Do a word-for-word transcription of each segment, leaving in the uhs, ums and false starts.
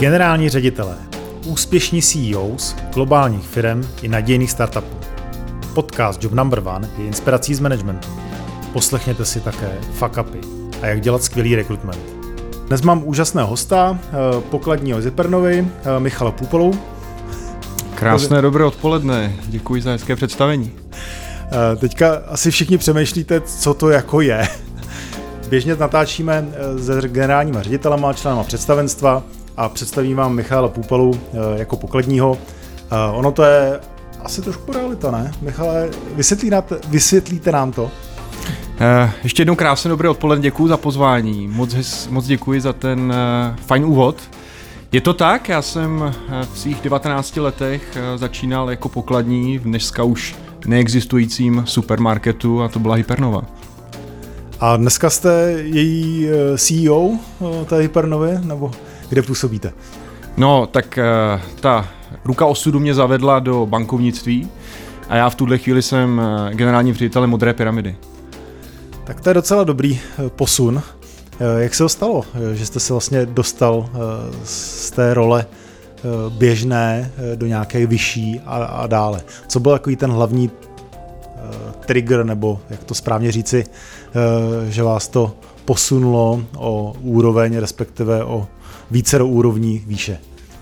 Generální ředitelé, úspěšní C E Os globálních firm i nadějných startupů. Podcast Job Number One je inspirací z managementu. Poslechněte si také fuck upy a jak dělat skvělý rekrutment. Dnes mám úžasného hosta, pokladního Zipernovi, Michala Půpolu. Krásné dobré odpoledne, děkuji za hezké představení. Teďka asi všichni přemýšlíte, co to jako je. Běžně natáčíme se generálníma ředitelama, členama představenstva a představím vám Michala Půpolu jako pokladního. Ono to je asi trošku realita, ne? Michale, vysvětlíte, vysvětlíte nám to? Ještě jednou krásné dobré odpoledne, děkuji za pozvání. Moc, moc děkuji za ten fajn úvod. Je to tak, já jsem v svých devatenácti letech začínal jako pokladní v dneska už neexistujícím supermarketu a to byla Hypernova. A dneska jste její C E O té Hypernovy, nebo kde působíte? No, tak ta ruka osudu mě zavedla do bankovnictví a já v tuhle chvíli jsem generálním ředitelem Modré pyramidy. Tak to je docela dobrý posun. Jak se to stalo, že jste se vlastně dostal z té role běžné do nějaké vyšší a, a dále? Co byl takový ten hlavní trigger, nebo jak to správně říci, že vás to posunulo o úroveň, respektive o vícero úrovní výše?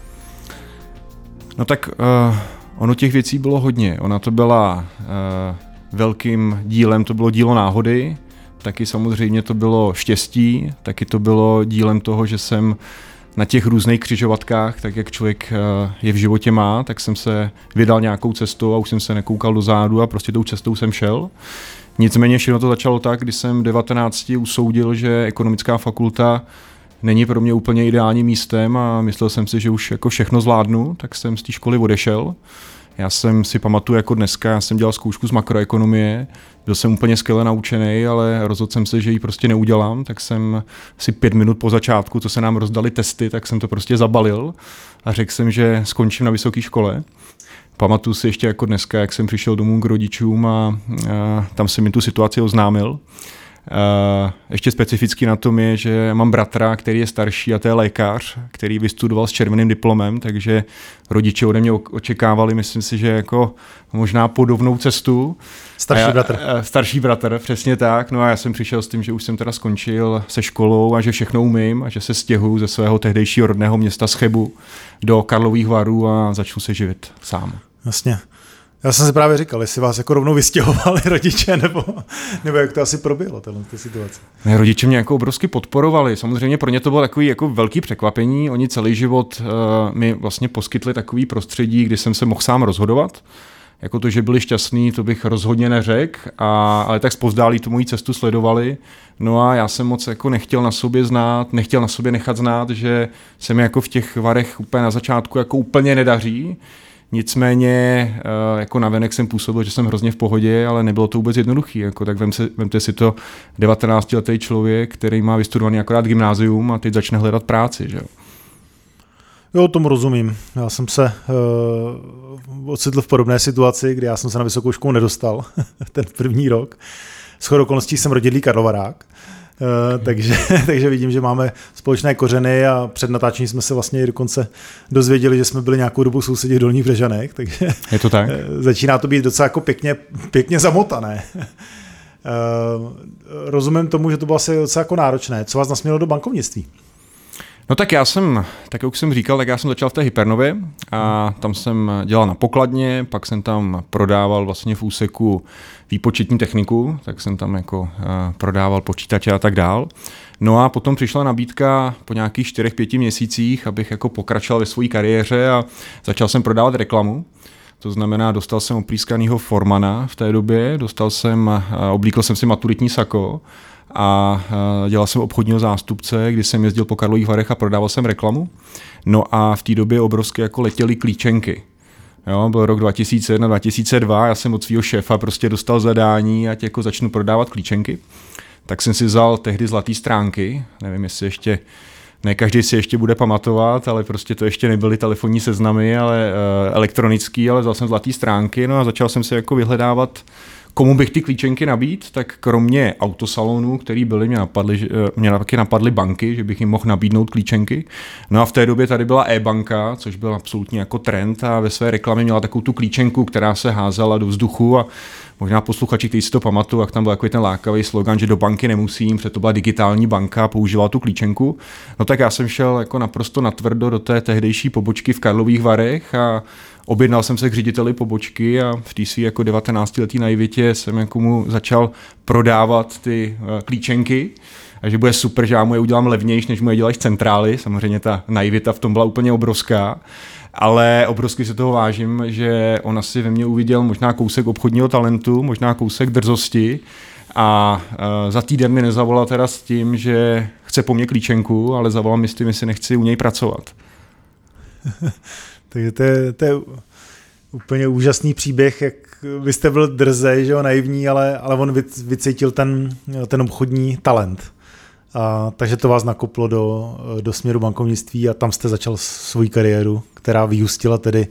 No tak uh, ono těch věcí bylo hodně. Ona to byla uh, velkým dílem, to bylo dílo náhody, taky samozřejmě to bylo štěstí, taky to bylo dílem toho, že jsem na těch různých křižovatkách, tak jak člověk uh, je v životě má, tak jsem se vydal nějakou cestou a už jsem se nekoukal dozadu a prostě tou cestou jsem šel. Nicméně všechno to začalo tak, když jsem v devatenácti usoudil, že ekonomická fakulta není pro mě úplně ideálním místem a myslel jsem si, že už jako všechno zvládnu, tak jsem z té školy odešel. Já jsem si pamatuju jako dneska, já jsem dělal zkoušku z makroekonomie, byl jsem úplně skvěle naučený, ale rozhodl jsem se, že ji prostě neudělám, tak jsem si pět minut po začátku, co se nám rozdali testy, tak jsem to prostě zabalil a řekl jsem, že skončím na vysoké škole. Pamatuju si ještě jako dneska, jak jsem přišel domů k rodičům a, a tam jsem mi tu situaci oznámil. Uh, ještě specificky na tom je, že mám bratra, který je starší a to je lékař, který vystudoval s červeným diplomem, takže rodiče ode mě očekávali, myslím si, že jako možná podobnou cestu. Starší já, bratr. Uh, starší bratr, přesně tak. No a já jsem přišel s tím, že už jsem teda skončil se školou a že všechno umím a že se stěhuju ze svého tehdejšího rodného města z Chebu do Karlových Varů a začnu se živit sám. Jasně. Já jsem si právě říkal, jestli vás jako rovnou vystěhovali rodiče, nebo, nebo jak to asi proběhlo, tato situace. Ne, rodiče mě jako obrovsky podporovali. Samozřejmě pro ně to bylo takový jako velký překvapení. Oni celý život uh, mi vlastně poskytli takový prostředí, kdy jsem se mohl sám rozhodovat. Jako to, že byli šťastní, to bych rozhodně neřekl, a, ale tak zpovzdálí tu moji cestu sledovali. No a já jsem moc jako nechtěl na sobě znát, nechtěl na sobě nechat znát, že se mi jako v těch Varech úplně na začátku jako úplně nedaří. Nicméně jako navenek jsem působil, že jsem hrozně v pohodě, ale nebylo to vůbec jednoduchý. Jako, tak vem se, vemte si to devatenáctiletý člověk, který má vystudovaný akorát gymnázium a teď začne hledat práci. Že? Jo, tomu rozumím. Já jsem se uh, ocitl v podobné situaci, kdy já jsem se na vysokou školu nedostal ten první rok. Shodou okolností jsem rodilý Karlovarák. Uh, takže, takže vidím, že máme společné kořeny a před natáčením jsme se vlastně dokonce dozvěděli, že jsme byli nějakou dobu sousedí v Dolních Břežanech, takže je to tak? Začíná to být docela jako pěkně, pěkně zamotané. Uh, rozumím tomu, že to bylo asi docela jako náročné. Co vás nasmělo do bankovnictví? No tak já jsem, tak jak jsem říkal, tak já jsem začal v té Hypernově a tam jsem dělal na pokladně, pak jsem tam prodával vlastně v úseku výpočetní techniku, tak jsem tam jako uh, prodával počítače a tak dál. No a potom přišla nabídka po nějakých čtyřech, pěti měsících, abych jako pokračoval ve své kariéře a začal jsem prodávat reklamu. To znamená, dostal jsem oplískanýho formana v té době, dostal jsem, uh, oblíkl jsem si maturitní sako a dělal jsem obchodního zástupce, kdy jsem jezdil po Karlových Varech a prodával jsem reklamu. No a v té době obrovské jako letěly klíčenky. Jo, byl rok dva tisíce jedna, dva tisíce dva, já jsem od svého šéfa prostě dostal zadání, ať jako začnu prodávat klíčenky. Tak jsem si vzal tehdy zlatý stránky, nevím, jestli ještě, ne každý si ještě bude pamatovat, ale prostě to ještě nebyly telefonní seznamy, ale uh, elektronický, ale vzal jsem zlatý stránky, no a začal jsem si jako vyhledávat komu bych ty klíčenky nabít, tak kromě autosalonů, který byly, mě napadly, že, mě taky napadly banky, že bych jim mohl nabídnout klíčenky. No a v té době tady byla e-banka, což byl absolutně jako trend a ve své reklamě měla takovou tu klíčenku, která se házela do vzduchu a možná posluchači, kteří si to pamatují, jak tam byl takový ten lákavý slogan, že do banky nemusím, protože to byla digitální banka a používala tu klíčenku. No tak já jsem šel jako naprosto natvrdo do té tehdejší pobočky v Karlových Varech a objednal jsem se k řediteli pobočky a v té svý jako devatenáctiletý naivitě jsem jako mu začal prodávat ty klíčenky a že bude super, že já mu je udělám levnější, než mu je děláš centrály. Samozřejmě ta naivita v tom byla úplně obrovská. Ale obrovsky se toho vážím, že on asi ve mně uviděl možná kousek obchodního talentu, možná kousek drzosti a uh, za týden mi nezavolal teda s tím, že chce po mně klíčenku, ale zavolal mi s tím, jestli nechci u něj pracovat. Takže to je, to je úplně úžasný příběh, jak vy jste byl drzej, že jo, naivní, ale, ale on vycítil ten, ten obchodní talent. A, takže to vás nakoplo do, do směru bankovnictví a tam jste začal svoji kariéru, která vyústila tedy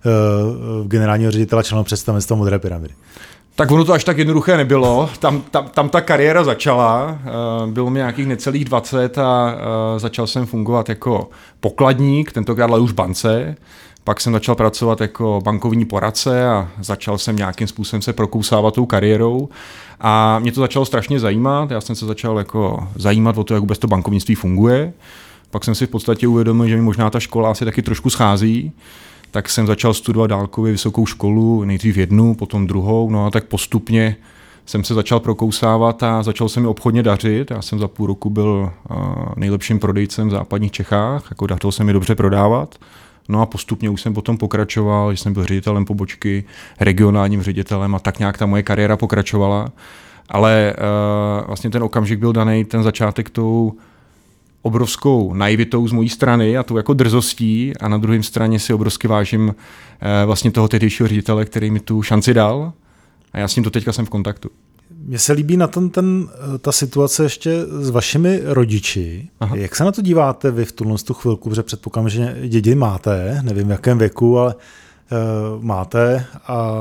uh, generálního ředitele členů představenstva Modré pyramidy. Tak ono to až tak jednoduché nebylo. Tam, tam, tam ta kariéra začala, uh, bylo mi nějakých necelých dvacet a uh, začal jsem fungovat jako pokladník, tentokrát ale už v bance. Pak jsem začal pracovat jako bankovní poradce a začal jsem nějakým způsobem se prokousávat tou kariérou. A mě to začalo strašně zajímat, já jsem se začal jako zajímat o to, jak vůbec to bankovnictví funguje. Pak jsem si v podstatě uvědomil, že mi možná ta škola asi taky trošku schází. Tak jsem začal studovat dálkově vysokou školu, nejdřív jednu, potom druhou, no a tak postupně jsem se začal prokousávat a začal se mi obchodně dařit. Já jsem za půl roku byl nejlepším prodejcem v západních Čechách, jako dařilo se mi dobře prodávat. No a postupně už jsem potom pokračoval, že jsem byl ředitelem pobočky, regionálním ředitelem a tak nějak ta moje kariéra pokračovala. Ale uh, vlastně ten okamžik byl daný, ten začátek tou obrovskou naivitou z mojí strany a tou jako drzostí a na druhé straně si obrovsky vážím uh, vlastně toho tehdejšího ředitele, který mi tu šanci dal a já s ním to teďka jsem v kontaktu. Mně se líbí na ten, ten, ta situace ještě s vašimi rodiči. Aha. Jak se na to díváte vy v tuhle tu chvilku, protože předpokládám, že děti máte, nevím v jakém věku, ale uh, máte a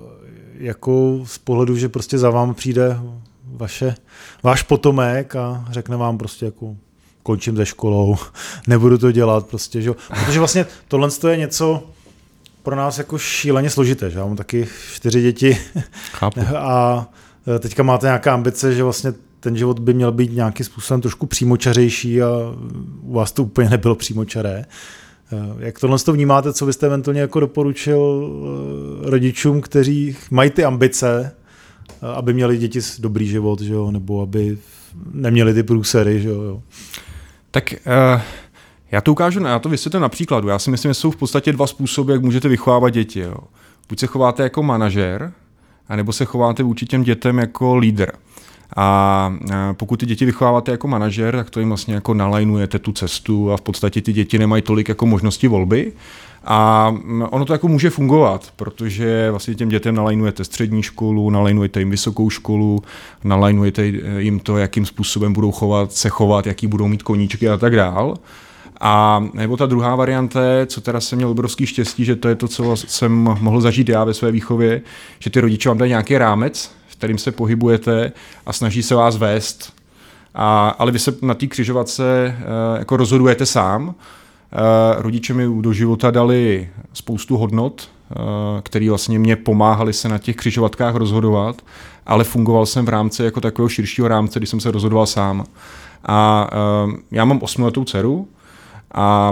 jako z pohledu, že prostě za vám přijde vaše, váš potomek a řekne vám prostě jako končím se školou, nebudu to dělat prostě, že? Protože vlastně tohle je něco pro nás jako šíleně složité, že? Já mám taky čtyři děti. Chápu. A teďka máte nějaká ambice, že vlastně ten život by měl být nějakým způsobem trošku přímočařejší a u vás to úplně nebylo přímočaré. Jak tohle to vnímáte, co byste eventuálně jako doporučil rodičům, kteří mají ty ambice, aby měli děti dobrý život, že jo? Nebo aby neměli ty průsery, že jo? Tak uh, já to ukážu, já to vysvětlím na příkladu. Já si myslím, že jsou v podstatě dva způsoby, jak můžete vychovávat děti. Jo? Buď se chováte jako manažer, anebo se chováte vůči těm dětem jako lídr. A pokud ty děti vychováváte jako manažer, tak to jim vlastně jako nalajnujete tu cestu a v podstatě ty děti nemají tolik jako možnosti volby. A ono to jako může fungovat, protože vlastně těm dětem nalajnujete střední školu, nalajnujete jim vysokou školu, nalajnujete jim to, jakým způsobem budou chovat, se chovat, jaký budou mít koníčky a tak dál. A nebo ta druhá varianta je, co teda jsem měl obrovský štěstí, že to je to, co jsem mohl zažít já ve své výchově, že ty rodiče vám dají nějaký rámec, v kterým se pohybujete a snaží se vás vést. A, ale vy se na té křižovatce uh, jako rozhodujete sám. Uh, rodiče mi do života dali spoustu hodnot, uh, které vlastně mě pomáhaly se na těch křižovatkách rozhodovat, ale fungoval jsem v rámci jako takového širšího rámce, když jsem se rozhodoval sám. A uh, já mám osmiletou dceru, a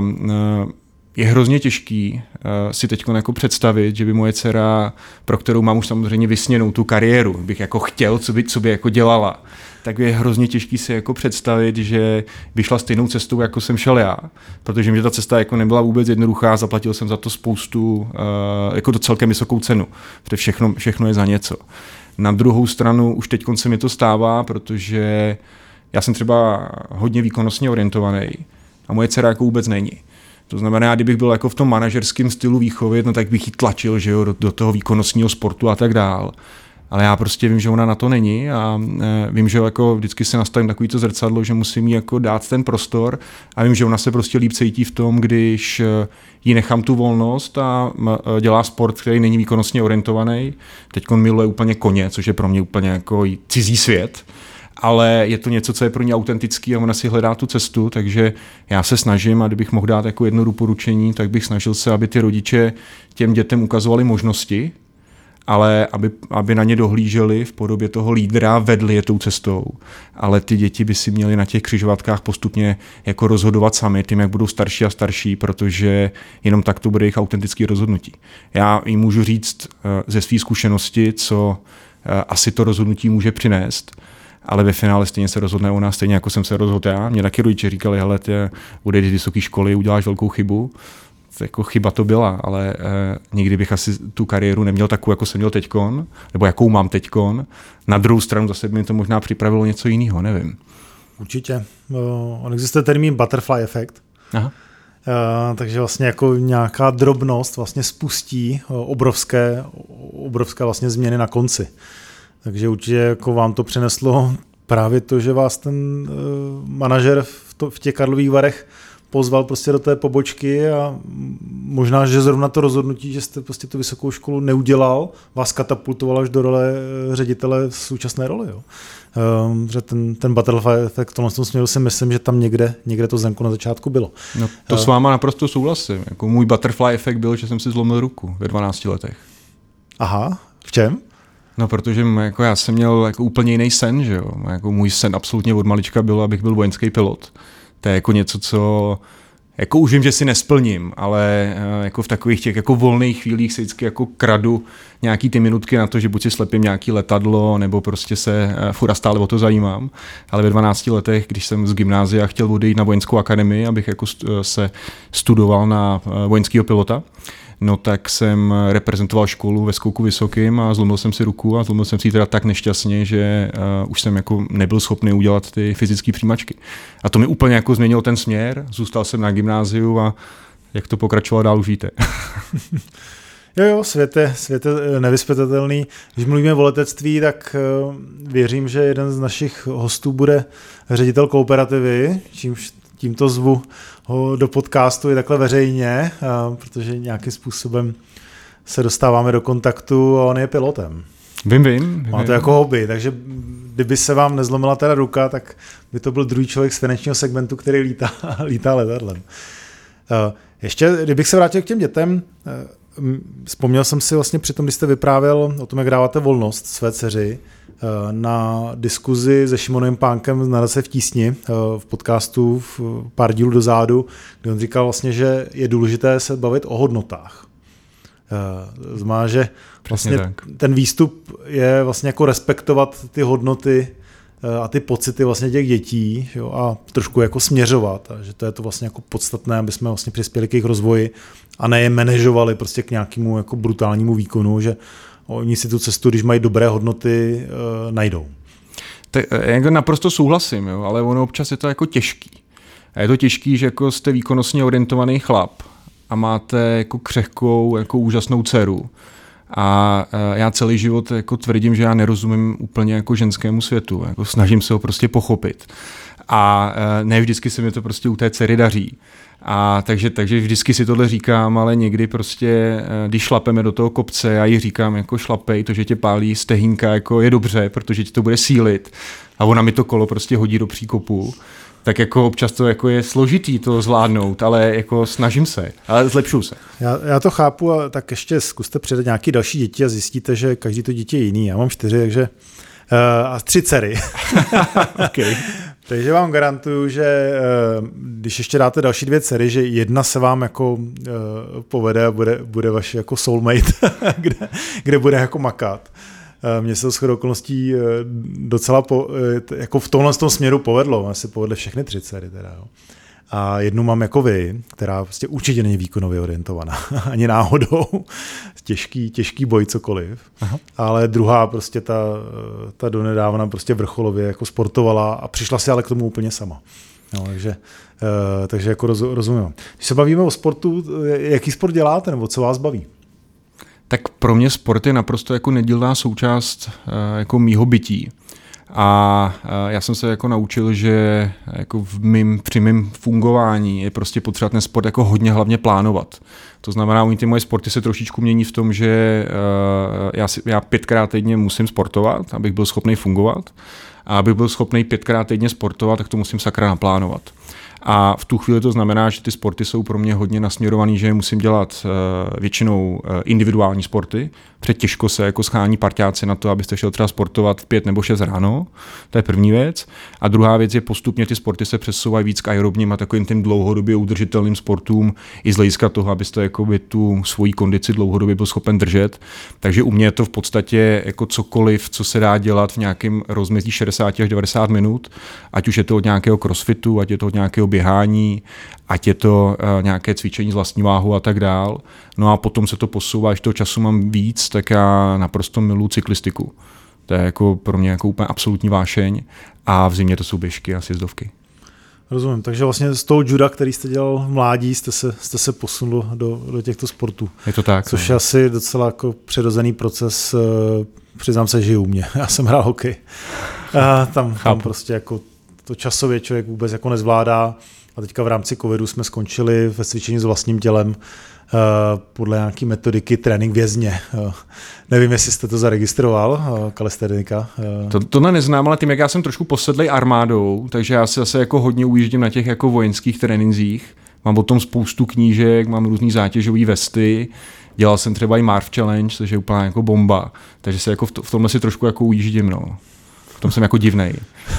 je hrozně těžký si teď jako představit, že by moje dcera, pro kterou mám už samozřejmě vysněnou tu kariéru, bych jako chtěl, co by, co by jako dělala, tak je hrozně těžký si jako představit, že by šla stejnou cestou, jako jsem šel já, protože mě ta cesta jako nebyla vůbec jednoduchá, zaplatil jsem za to spoustu, jako to celkem vysokou cenu, protože všechno, všechno je za něco. Na druhou stranu už teď se mi to stává, protože já jsem třeba hodně výkonnostně orientovaný, a moje dcera jako vůbec není. To znamená, kdybych byl jako v tom manažerském stylu výchovy, no tak bych ji tlačil, že jo, do, do toho výkonnostního sportu a tak dál. ale já prostě vím, že ona na to není a vím, že jako vždycky se nastavím takový to zrcadlo, že musím jí jako dát ten prostor a vím, že ona se prostě líp cítí v tom, když jí nechám tu volnost a dělá sport, který není výkonnostně orientovaný. Teď on miluje úplně koně, což je pro mě úplně jako cizí svět, ale je to něco, co je pro ně autentický a ona si hledá tu cestu, takže já se snažím, a kdybych mohl dát jako jedno doporučení, tak bych snažil se, aby ty rodiče těm dětem ukazovali možnosti, ale aby, aby na ně dohlíželi v podobě toho lídra, vedli je tou cestou. Ale ty děti by si měly na těch křižovatkách postupně jako rozhodovat sami, tím, jak budou starší a starší, protože jenom tak to bude jejich autentické rozhodnutí. Já jim můžu říct ze své zkušenosti, co asi to rozhodnutí může přinést, ale ve finále stejně se rozhodne ona, stejně jako jsem se rozhodl já. Mě taky rodiče říkali, hele, ty odejdeš z vysoké školy, uděláš velkou chybu. Jako chyba to byla, ale eh, nikdy bych asi tu kariéru neměl takovou, jako jsem měl teďkon, nebo jakou mám teďkon. Na druhou stranu zase by mi to možná připravilo něco jiného, nevím. Určitě. On existuje termín butterfly efekt. Aha. Uh, takže vlastně jako nějaká drobnost vlastně spustí obrovské, obrovské vlastně změny na konci. Takže určitě jako vám to přineslo právě to, že vás ten uh, manažer v, to, v těch Karlových Varech pozval prostě do té pobočky a možná, že zrovna to rozhodnutí, že jste prostě tu vysokou školu neudělal, vás katapultoval až do role ředitele v současné roli. Jo. Um, že ten, ten butterfly efekt v tomhle směru si myslím, že tam někde, někde to Zdenko na začátku bylo. No, to uh, s váma naprosto souhlasím. Jako můj butterfly efekt byl, že jsem si zlomil ruku ve dvanácti letech. Aha, v čem? No, protože jako já jsem měl jako úplně jiný sen, že jo. Jako můj sen absolutně od malička byl, abych byl vojenský pilot. To je jako něco, co jako už vím, že si nesplním, ale jako v takových těch jako volných chvílích se vždycky jako kradu nějaký ty minutky na to, že buď si slepím nějaký letadlo, nebo prostě se furt a stále o to zajímám. Ale ve dvanácti letech, když jsem z gymnázia chtěl odejít na vojenskou akademii, abych jako se studoval na vojenského pilota, no tak jsem reprezentoval školu ve skoku vysokým a zlomil jsem si ruku a zlomil jsem si ji teda tak nešťastně, že uh, už jsem jako nebyl schopný udělat ty fyzické přijímačky. A to mi úplně jako změnilo ten směr, zůstal jsem na gymnáziu a jak to pokračovalo dál, už víte. Jo, jo, svět je, svět je nevyzpytatelný. Když mluvíme o letectví, tak uh, věřím, že jeden z našich hostů bude ředitel kooperativy, čímž tímto zvu ho do podcastu i takhle veřejně, protože nějakým způsobem se dostáváme do kontaktu a on je pilotem. Vím, vím. Má to jako hobby, takže kdyby se vám nezlomila teda ruka, tak by to byl druhý člověk z finančního segmentu, který lítá, lítá letadlem. Ještě, kdybych se vrátil k těm dětem, vzpomněl jsem si vlastně při tom, když jste vyprávěl o tom, jak dáváte volnost své dceři, na diskuzi se Šimonem Pánkem na Nadace v tísni v podcastu v pár dílů dozadu, kdy on říkal vlastně, že je důležité se bavit o hodnotách. Znamená, že vlastně ten výstup je vlastně jako respektovat ty hodnoty a ty pocity vlastně těch dětí, jo, a trošku jako směřovat, a že to je to vlastně jako podstatné, aby jsme vlastně přispěli k jejich rozvoji a ne je manažovali prostě k nějakému jako brutálnímu výkonu, že oni si tu cestu, když mají dobré hodnoty, najdou. Tak jako naprosto souhlasím, jo, ale ono občas je to jako těžký. A je to těžký, že jako jste výkonnostně orientovaný chlap a máte jako křehkou, jako úžasnou dceru. A já celý život jako tvrdím, že já nerozumím úplně jako ženskému světu. Jako snažím se ho prostě pochopit. A ne vždycky se mi to prostě u té dcery daří. A takže, takže vždycky si tohle říkám, ale někdy prostě, když šlapeme do toho kopce, já jí říkám, jako šlapej, to, že tě pálí stehínka, jako je dobře, protože ti to bude sílit. A ona mi to kolo prostě hodí do příkopu. Tak jako občas to jako je složitý to zvládnout, ale jako snažím se, ale zlepšuju se. Já, já to chápu, a tak ještě zkuste přidat nějaký další děti a zjistíte, že každý to dítě je jiný. Já mám čtyři, takže uh, a tři dcery. Okay. Takže vám garantuju, že uh, když ještě dáte další dvě dcery, že jedna se vám jako uh, povede a bude, bude vaše jako soulmate, kde, kde bude jako makat. Mně se to shodou okolností docela po, jako v tomhle tom směru povedlo. Mně se povedly všechny tři dcery teda, jo. A jednu mám jako vy, která prostě určitě není výkonově orientovaná, ani náhodou. Těžký, těžký boj, cokoliv. Aha. Ale druhá prostě ta, ta donedávna prostě vrcholově jako sportovala a přišla si ale k tomu úplně sama. No, takže, takže jako roz, rozumím. Když se bavíme o sportu, jaký sport děláte nebo co vás baví? Tak pro mě sport je naprosto jako nedílná součást jako mýho bytí. A já jsem se jako naučil, že jako v mým, při mém fungování je prostě potřeba ten sport jako hodně hlavně plánovat. To znamená, oni ty moje sporty se trošičku mění v tom, že já, si, já pětkrát týdně musím sportovat, abych byl schopný fungovat. A abych byl schopný pětkrát týdně sportovat, tak to musím sakra naplánovat. A v tu chvíli to znamená, že ty sporty jsou pro mě hodně nasměrovaný, že musím dělat uh, většinou uh, individuální sporty. Před těžko se jako schání parťáci na to, abyste šel třeba sportovat v pět nebo šest ráno. To je první věc. A druhá věc je postupně ty sporty se přesouvají víc k aerobním a takovým tím dlouhodobě udržitelným sportům i z hlediska toho, abyste jakoby tu svoji kondici dlouhodobě byl schopen držet. Takže u mě je to v podstatě jako cokoliv, co se dá dělat v nějakém rozmezí šedesát až devadesát minut, ať už je to od nějakého crossfitu, ať je to od nějakého běhání, ať je to uh, nějaké cvičení z vlastní váhu a tak dál. No a potom se to posouvá, až toho času mám víc, tak já naprosto miluji cyklistiku. To je jako pro mě jako úplně absolutní vášeň a v zimě to jsou běžky a sjezdovky. Rozumím, takže vlastně z toho juda, který jste dělal v mládí, jste se, jste se posunul do, do těchto sportů. Je to tak. Což no. je asi docela jako přirozený proces, přiznám se, že u mě. Já jsem hrál hokej. A tam, tam prostě jako to časově člověk vůbec jako nezvládá. A teďka v rámci covidu jsme skončili ve cvičení s vlastním tělem uh, podle nějaké metodiky trénink vězně. Uh, nevím, jestli jste to zaregistroval, uh, kalistenika. Uh. To, tohle neznám, ale tím, jak já jsem trošku posedlej armádou, takže já si zase jako hodně ujíždím na těch jako vojenských tréninzích. Mám o tom spoustu knížek, mám různý zátěžové vesty, dělal jsem třeba i Marv Challenge, což je úplně jako bomba. Takže se jako v, to, v tomhle si trošku jako ujíždím, no. V tom jsem jako divnej.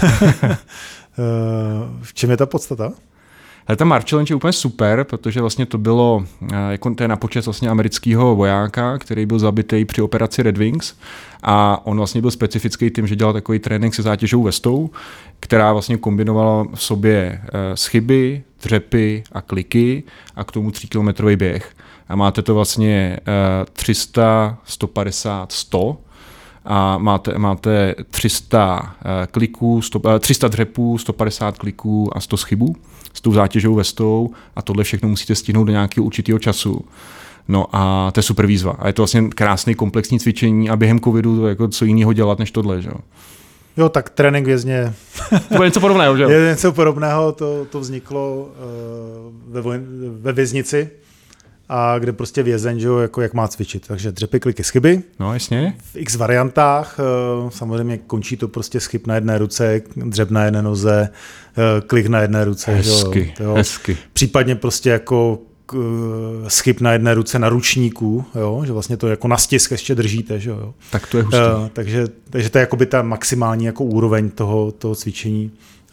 V čem je ta podstata? Ale ta Marv Challenge je úplně super, protože vlastně to bylo, jako to je na počest vlastně amerického vojáka, který byl zabitý při operaci Red Wings a on vlastně byl specifický tím, že dělal takový trénink se zátěžovou vestou, která vlastně kombinovala v sobě schyby, dřepy a kliky a k tomu tříkilometrový běh. A máte to vlastně tři sta, sto padesát, sto a máte, máte tři sta kliků, sto, tři sta dřepů, sto padesát kliků a sto schybů s tou zátěžovou vestou a tohle všechno musíte stihnout do nějakého určitého času. No a to je super výzva. A je to vlastně krásný komplexní cvičení a během covidu to jako co jiného dělat než tohle, že jo. Jo, tak trénink vězně. To je něco podobného, že jo? Je něco podobného, to, to vzniklo uh, ve, vojen, ve věznici. A kde prostě vězeň, že jo, jako jak má cvičit. Takže dřepy, kliky, schyby. No, jasně. V x variantách. Samozřejmě končí to prostě schyb na jedné ruce, dřep na jedné noze, klik na jedné ruce. Hezky, jo, jo. hezky. Případně prostě jako schyb na jedné ruce na ručníku, jo, že vlastně to jako na stisk ještě držíte. Že jo. Tak to je hustý. Uh, takže, takže to je jakoby ta maximální jako úroveň toho, toho cvičení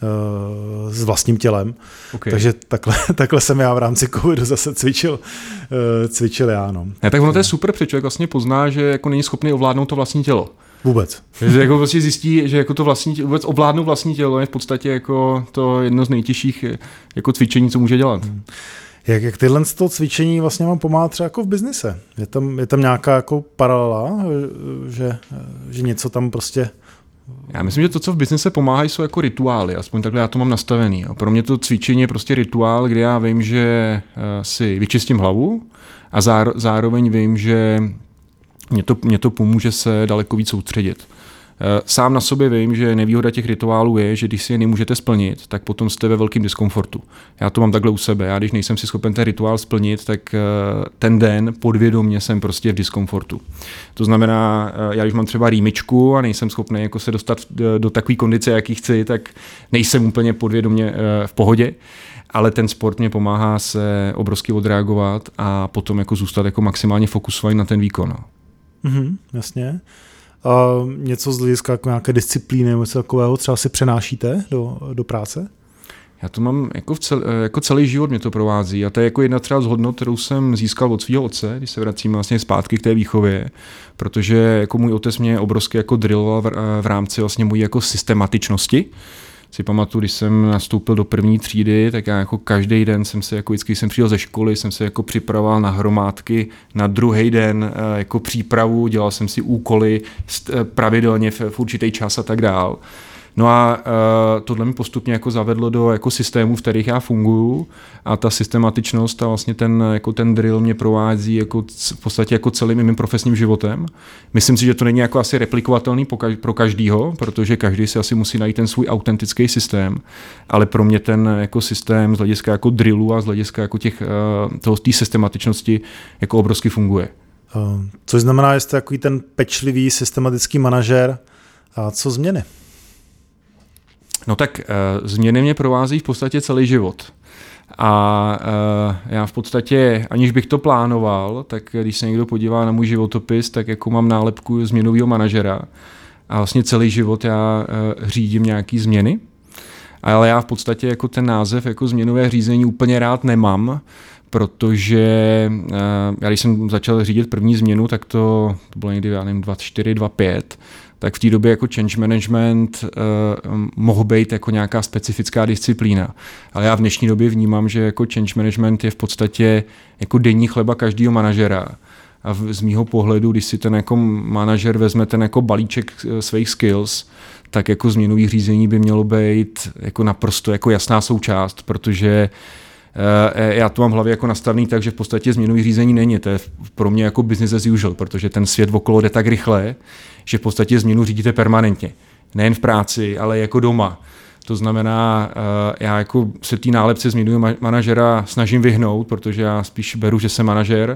s vlastním tělem. Okay. Takže takhle, takhle jsem já v rámci covidu zase cvičil, cvičil já. No. Ne, tak ono to je super, protože člověk vlastně pozná, že jako není schopný ovládnout to vlastní tělo. Vůbec. Že jako vlastně zjistí, že jako to vlastní, vůbec ovládnout vlastní tělo je v podstatě jako to jedno z nejtěžších jako cvičení, co může dělat. Hmm. Jak, jak tyhle z toho cvičení vlastně vám pomáhá třeba jako v biznise? Je tam, je tam nějaká jako paralela, že, že něco tam prostě... Já myslím, že to, co v biznise pomáhá, jsou jako rituály, aspoň takhle já to mám nastavený. A pro mě to cvičení je prostě rituál, kde já vím, že si vyčistím hlavu a zároveň vím, že mě to, mě to pomůže se daleko víc soustředit. Sám na sobě vím, že nevýhoda těch rituálů je, že když si je nemůžete splnit, tak potom jste ve velkém diskomfortu. Já to mám takhle u sebe. Já když nejsem si schopen ten rituál splnit, tak ten den podvědomě jsem prostě v diskomfortu. To znamená, já když mám třeba rýmičku a nejsem schopný jako se dostat do takové kondice, jaký chci, tak nejsem úplně podvědomě v pohodě. Ale ten sport mě pomáhá se obrovsky odreagovat a potom jako zůstat jako maximálně fokusovaný na ten výkon. Mhm, jasně. A něco z hlediska jako nějaké disciplíny nebo něco takového třeba si přenášíte do, do práce? Já to mám jako, v cel, jako celý život mě to provází a to je jako jedna třeba z hodnot, kterou jsem získal od svého otce, když se vracím vlastně zpátky k té výchově, protože jako můj otec mě obrovsky jako drilloval v, v rámci vlastně mojí jako systematičnosti. Si pamatuju, když jsem nastoupil do první třídy, tak já jako každý den jsem se jako vždycky jsem přijel ze školy, jsem se jako připravoval na hromádky, na druhý den jako přípravu, dělal jsem si úkoly pravidelně v, v určitý čas a tak dál. No a uh, tohle mi postupně jako zavedlo do jako systémů, v kterých já funguju a ta systematičnost a vlastně ten, jako ten drill mě provází jako v podstatě jako celým mým profesním životem. Myslím si, že to není jako asi replikovatelný pro každýho, protože každý si asi musí najít ten svůj autentický systém, ale pro mě ten jako systém z hlediska jako drillu a z hlediska jako těch, uh, toho, té systematičnosti jako obrovsky funguje. Což znamená, že jste takový ten pečlivý, systematický manažer. A co změny? No tak uh, změny mě provází v podstatě celý život. A uh, já v podstatě, aniž bych to plánoval, tak když se někdo podívá na můj životopis, tak jako mám nálepku změnového manažera. A vlastně celý život já uh, řídím nějaký změny. Ale já v podstatě jako ten název jako změnové řízení úplně rád nemám, protože uh, já když jsem začal řídit první změnu, tak to, to bylo někdy, já nevím, dvacet čtyři, dvacet pět, tak v té době jako change management uh, mohl být jako nějaká specifická disciplína. Ale já v dnešní době vnímám, že jako change management je v podstatě jako denní chleba každého manažera. A v, z mýho pohledu, když si ten jako manažer vezme ten jako balíček svých skills, tak jako změnový řízení by mělo být jako naprosto jako jasná součást, protože já to mám v hlavě jako nastavený tak, že v podstatě změnový řízení není. To je pro mě jako business as usual, protože ten svět okolo jde tak rychle, že v podstatě změnu řídíte permanentně. Nejen v práci, ale jako doma. To znamená, já jako se té nálepce změnového manažera snažím vyhnout, protože já spíš beru, že jsem manažer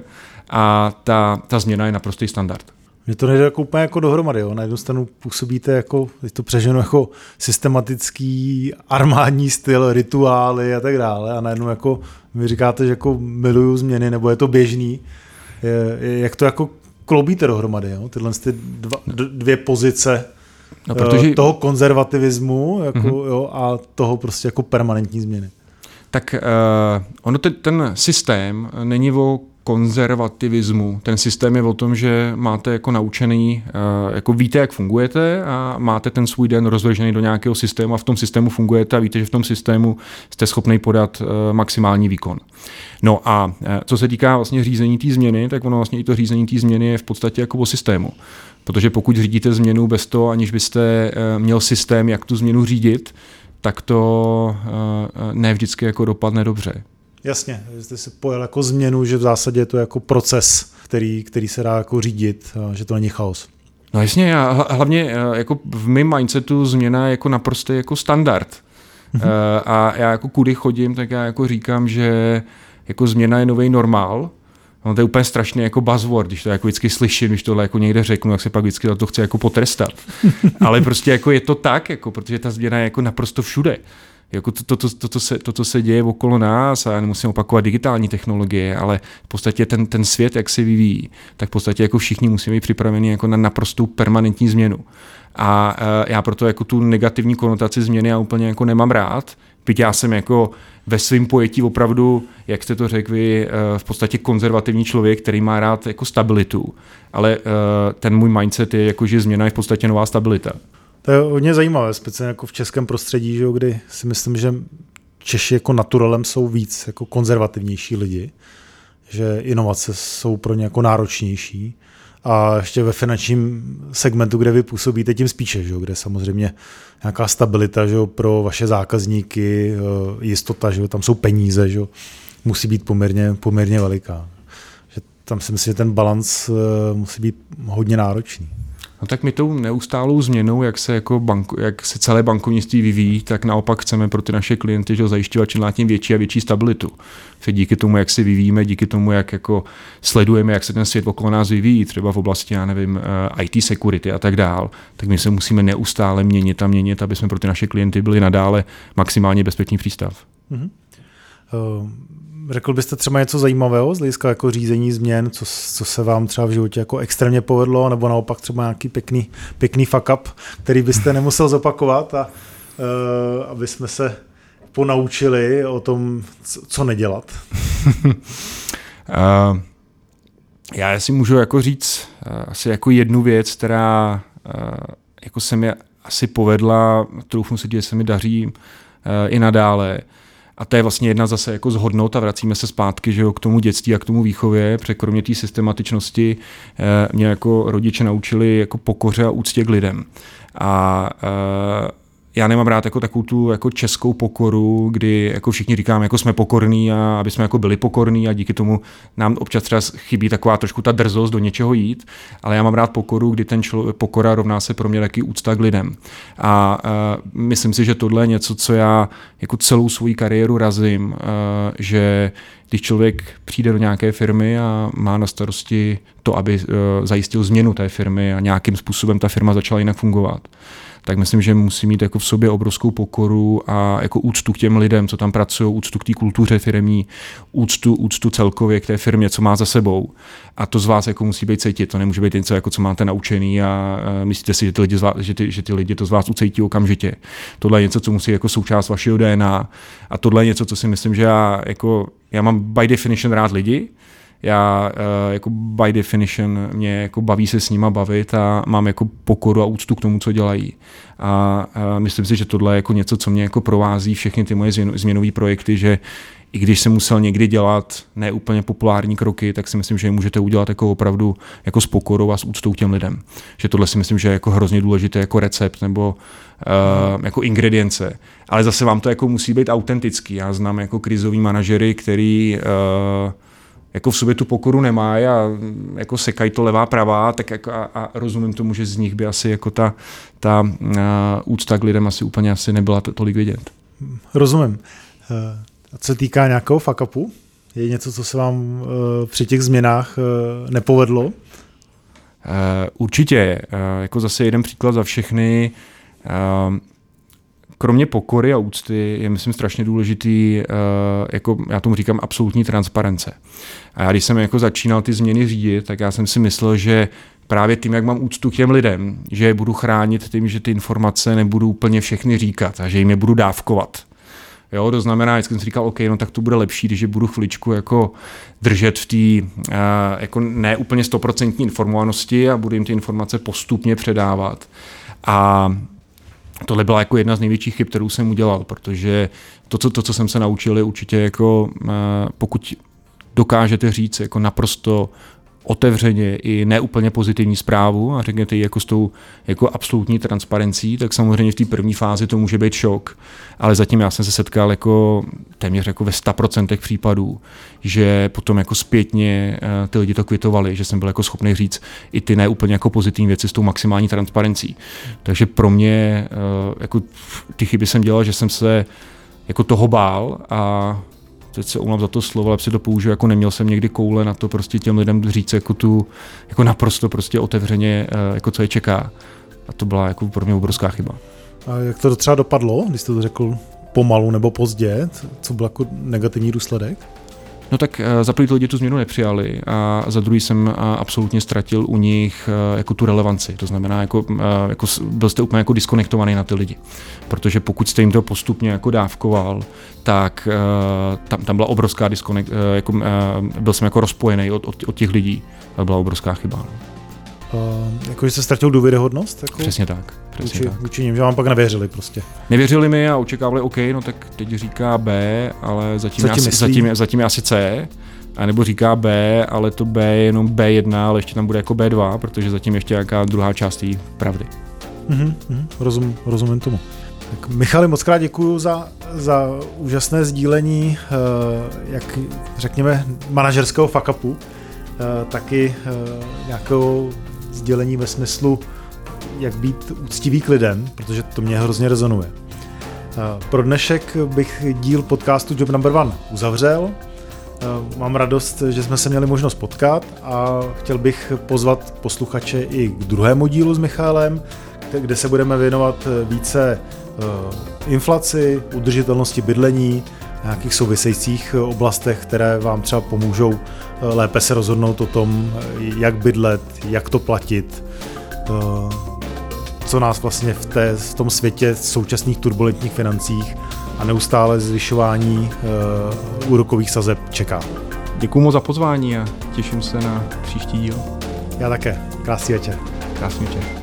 a ta, ta změna je naprostý standard. Mně to nejde jako úplně jako dohromady. Jo? Na jednu stranu působíte jako, když to přeženu, jako systematický armádní styl, rituály a tak dále. A najednou jako vy říkáte, že jako miluju změny, nebo je to běžný. Je, je, jak to jako kloubíte dohromady? Jo? Tyhle ty dva, dvě pozice no, protože... toho konzervativismu jako, mm-hmm. jo, a toho prostě jako permanentní změny. Tak uh, ono ten, ten systém není o konzervativismu. Ten systém je o tom, že máte jako naučený, jako víte, jak fungujete a máte ten svůj den rozvržený do nějakého systému a v tom systému fungujete a víte, že v tom systému jste schopný podat maximální výkon. No a co se týká vlastně řízení té změny, tak ono vlastně i to řízení té změny je v podstatě jako o systému. Protože pokud řídíte změnu bez toho, aniž byste měl systém, jak tu změnu řídit, tak to ne vždycky jako dopadne dobře. Jasně, jste si pojel jako změnu, že v zásadě je to jako proces, který, který se dá jako řídit, že to není chaos. No jasně, já hlavně jako v mém mindsetu změna je jako naprosto jako standard. Mm-hmm. A já jako kudy chodím, tak já jako říkám, že jako změna je nový normál. No, to je úplně strašný jako buzzword, když to jako vždycky slyším, když tohle jako někde řeknu, tak se pak vždycky za to chci jako potrestat. Ale prostě jako je to tak, jako, protože ta změna je jako naprosto všude. Jako to, to, to, to, to, se, to, co se děje okolo nás, a já nemusím opakovat digitální technologie, ale v podstatě ten, ten svět, jak se vyvíjí, tak v podstatě jako všichni musíme být připraveni jako na naprostou permanentní změnu. A uh, já proto jako tu negativní konotaci změny já úplně jako nemám rád, byť já jsem jako ve svém pojetí opravdu, jak jste to řekli, uh, v podstatě konzervativní člověk, který má rád jako stabilitu, ale uh, ten můj mindset je jako, že změna je v podstatě nová stabilita. To je hodně zajímavé, speciálně jako v českém prostředí, že jo, kdy si myslím, že Češi jako naturalem jsou víc jako konzervativnější lidi, že inovace jsou pro ně jako náročnější a ještě ve finančním segmentu, kde vy působíte, tím spíše, že jo, kde samozřejmě nějaká stabilita, že jo, pro vaše zákazníky, jistota, že jo, tam jsou peníze, že jo, musí být poměrně, poměrně veliká. Že tam si myslím, že ten balans musí být hodně náročný. No tak my tou neustálou změnou, jak se, jako banko, jak se celé bankovnictví vyvíjí, tak naopak chceme pro ty naše klienty, že zajišťovat čím dál tím větší a větší stabilitu. Že díky tomu, jak se vyvíjíme, díky tomu, jak jako sledujeme, jak se ten svět okolo nás vyvíjí, třeba v oblasti, já nevím, í té security a tak dál, tak my se musíme neustále měnit a měnit, aby jsme pro ty naše klienty byli nadále maximálně bezpečný přístav. Mm-hmm. Uh... Řekl byste třeba něco zajímavého z hlediska jako řízení změn, co, co se vám třeba v životě jako extrémně povedlo, nebo naopak třeba nějaký pěkný, pěkný fuck up, který byste nemusel zopakovat, a uh, aby jsme se ponaučili o tom, co, co nedělat? uh, já si můžu jako říct uh, asi jako jednu věc, která uh, jako se mi asi povedla, troufnu si, že se mi daří uh, i nadále. A to je vlastně jedna zase jako z hodnot a vracíme se zpátky, že jo, k tomu dětství a k tomu výchově, protože kromě té systematičnosti eh, mě jako rodiče naučili jako pokoře a úctě k lidem. A eh, já nemám rád jako takovou tu jako českou pokoru, kdy jako všichni říkáme, jako jsme pokorní a aby jsme jako byli pokorní a díky tomu nám občas třeba chybí taková trošku ta drzost do něčeho jít, ale já mám rád pokoru, kdy ten člověk, pokora rovná se pro mě taky úcta k lidem. A uh, myslím si, že tohle je něco, co já jako celou svou kariéru razím, uh, že když člověk přijde do nějaké firmy a má na starosti to, aby uh, zajistil změnu té firmy a nějakým způsobem ta firma začala jinak fungovat, tak myslím, že musí mít jako v sobě obrovskou pokoru a jako úctu k těm lidem, co tam pracují, úctu k té kultuře firemní, úctu, úctu celkově k té firmě, co má za sebou. A to z vás jako musí být cítit. To nemůže být něco, jako co máte naučený a, a myslíte si, že ty, lidi z vás, že, ty, že ty lidi to z vás ucítí okamžitě. Tohle je něco, co musí jako součást vašeho D N A. A tohle je něco, co si myslím, že já, jako, já mám by definition rád lidi. Já uh, jako by definition mě jako baví se s nima bavit a mám jako pokoru a úctu k tomu, co dělají. A uh, myslím si, že tohle je jako něco, co mě jako provází všechny ty moje změnové projekty, že i když jsem musel někdy dělat neúplně populární kroky, tak si myslím, že je můžete udělat jako opravdu jako s pokorou a s úctou k těm lidem. Že tohle si myslím, že je jako hrozně důležité jako recept nebo uh, jako ingredience. Ale zase vám to jako musí být autentický. Já znám jako krizový manažery, který uh, jako v sobě tu pokoru nemají a jako sekají to levá pravá, tak jako a, a rozumím tomu, že z nich by asi jako ta, ta uh, úcta k lidem asi úplně asi nebyla to, tolik vidět. Rozumím. A co se týká nějakého fuck upu, je něco, co se vám uh, při těch změnách uh, nepovedlo? Uh, určitě. Uh, jako zase jeden příklad za všechny. Uh, Kromě pokory a úcty je, myslím, strašně důležitý, uh, jako já tomu říkám, absolutní transparence. A já, když jsem jako začínal ty změny řídit, tak já jsem si myslel, že právě tím, jak mám úctu k těm lidem, že je budu chránit tím, že ty informace nebudu úplně všechny říkat a že jim je budu dávkovat. Jo, to znamená, vždycky jsem si říkal, OK, no tak to bude lepší, když je budu chviličku jako držet v té uh, jako ne úplně stoprocentní informovanosti a budu jim ty informace postupně předávat. A tohle byla jako jedna z největších chyb, kterou jsem udělal, protože to, co, to, co jsem se naučil, je určitě jako, pokud dokážete říct jako naprosto otevřeně i neúplně pozitivní zprávu a řekněte ji jako s tou jako absolutní transparencí, tak samozřejmě v té první fázi to může být šok, ale zatím já jsem se setkal jako téměř jako ve sto procent případů, že potom jako zpětně ty lidi to kvitovali, že jsem byl jako schopný říct i ty neúplně jako pozitivní věci s tou maximální transparencí. Takže pro mě jako ty chyby jsem dělal, že jsem se jako toho bál a teď se umlám za to slovo, ale si to použiju, jako neměl jsem někdy koule na to prostě těm lidem říct jako tu, jako naprosto prostě otevřeně, jako co je čeká. A to byla jako pro mě obrovská chyba. A jak to třeba dopadlo, když jste to řekl pomalu nebo pozdě? Co byl jako negativní důsledek? No tak za první lidi tu změnu nepřijali a za druhý jsem absolutně ztratil u nich jako tu relevanci. To znamená, jako, jako byl jste úplně jako diskonektovaný na ty lidi. Protože pokud jste jim to postupně jako dávkoval, tak tam, tam byla obrovská diskonekt, jako, byl jsem jako rozpojený od, od, od těch lidí. To byla obrovská chyba. Uh, jako, že jste ztratil důvěryhodnost? Jako? Přesně tak. Přesně uči, tak. Uči ním, že vám pak nevěřili prostě. Nevěřili mi a očekávali, OK, no tak teď říká B, ale zatím, zatím, je, asi, zatím, zatím je asi C. A nebo říká B, ale to B je jenom bé jedna, ale ještě tam bude jako bé dva, protože zatím ještě nějaká druhá část té pravdy. Mm-hmm, mm, rozum, rozumím tomu. Tak Michale, moc krát děkuju za, za úžasné sdílení, uh, jak řekněme, manažerského fuck upu, uh, taky uh, nějakého sdělení ve smyslu, jak být úctivý k lidem, protože to mě hrozně rezonuje. Uh, pro dnešek bych díl podcastu Job Number One uzavřel. Uh, mám radost, že jsme se měli možnost potkat a chtěl bych pozvat posluchače i k druhému dílu s Michalem, kde se budeme věnovat více inflaci, udržitelnosti bydlení, nějakých souvisejících oblastech, které vám třeba pomůžou lépe se rozhodnout o tom, jak bydlet, jak to platit, co nás vlastně v, té, v tom světě současných turbulentních financích a neustále zvyšování úrokových sazeb čeká. Děkuju moc za pozvání a těším se na příští díl. Já také. Krásný večer. Krásný večer.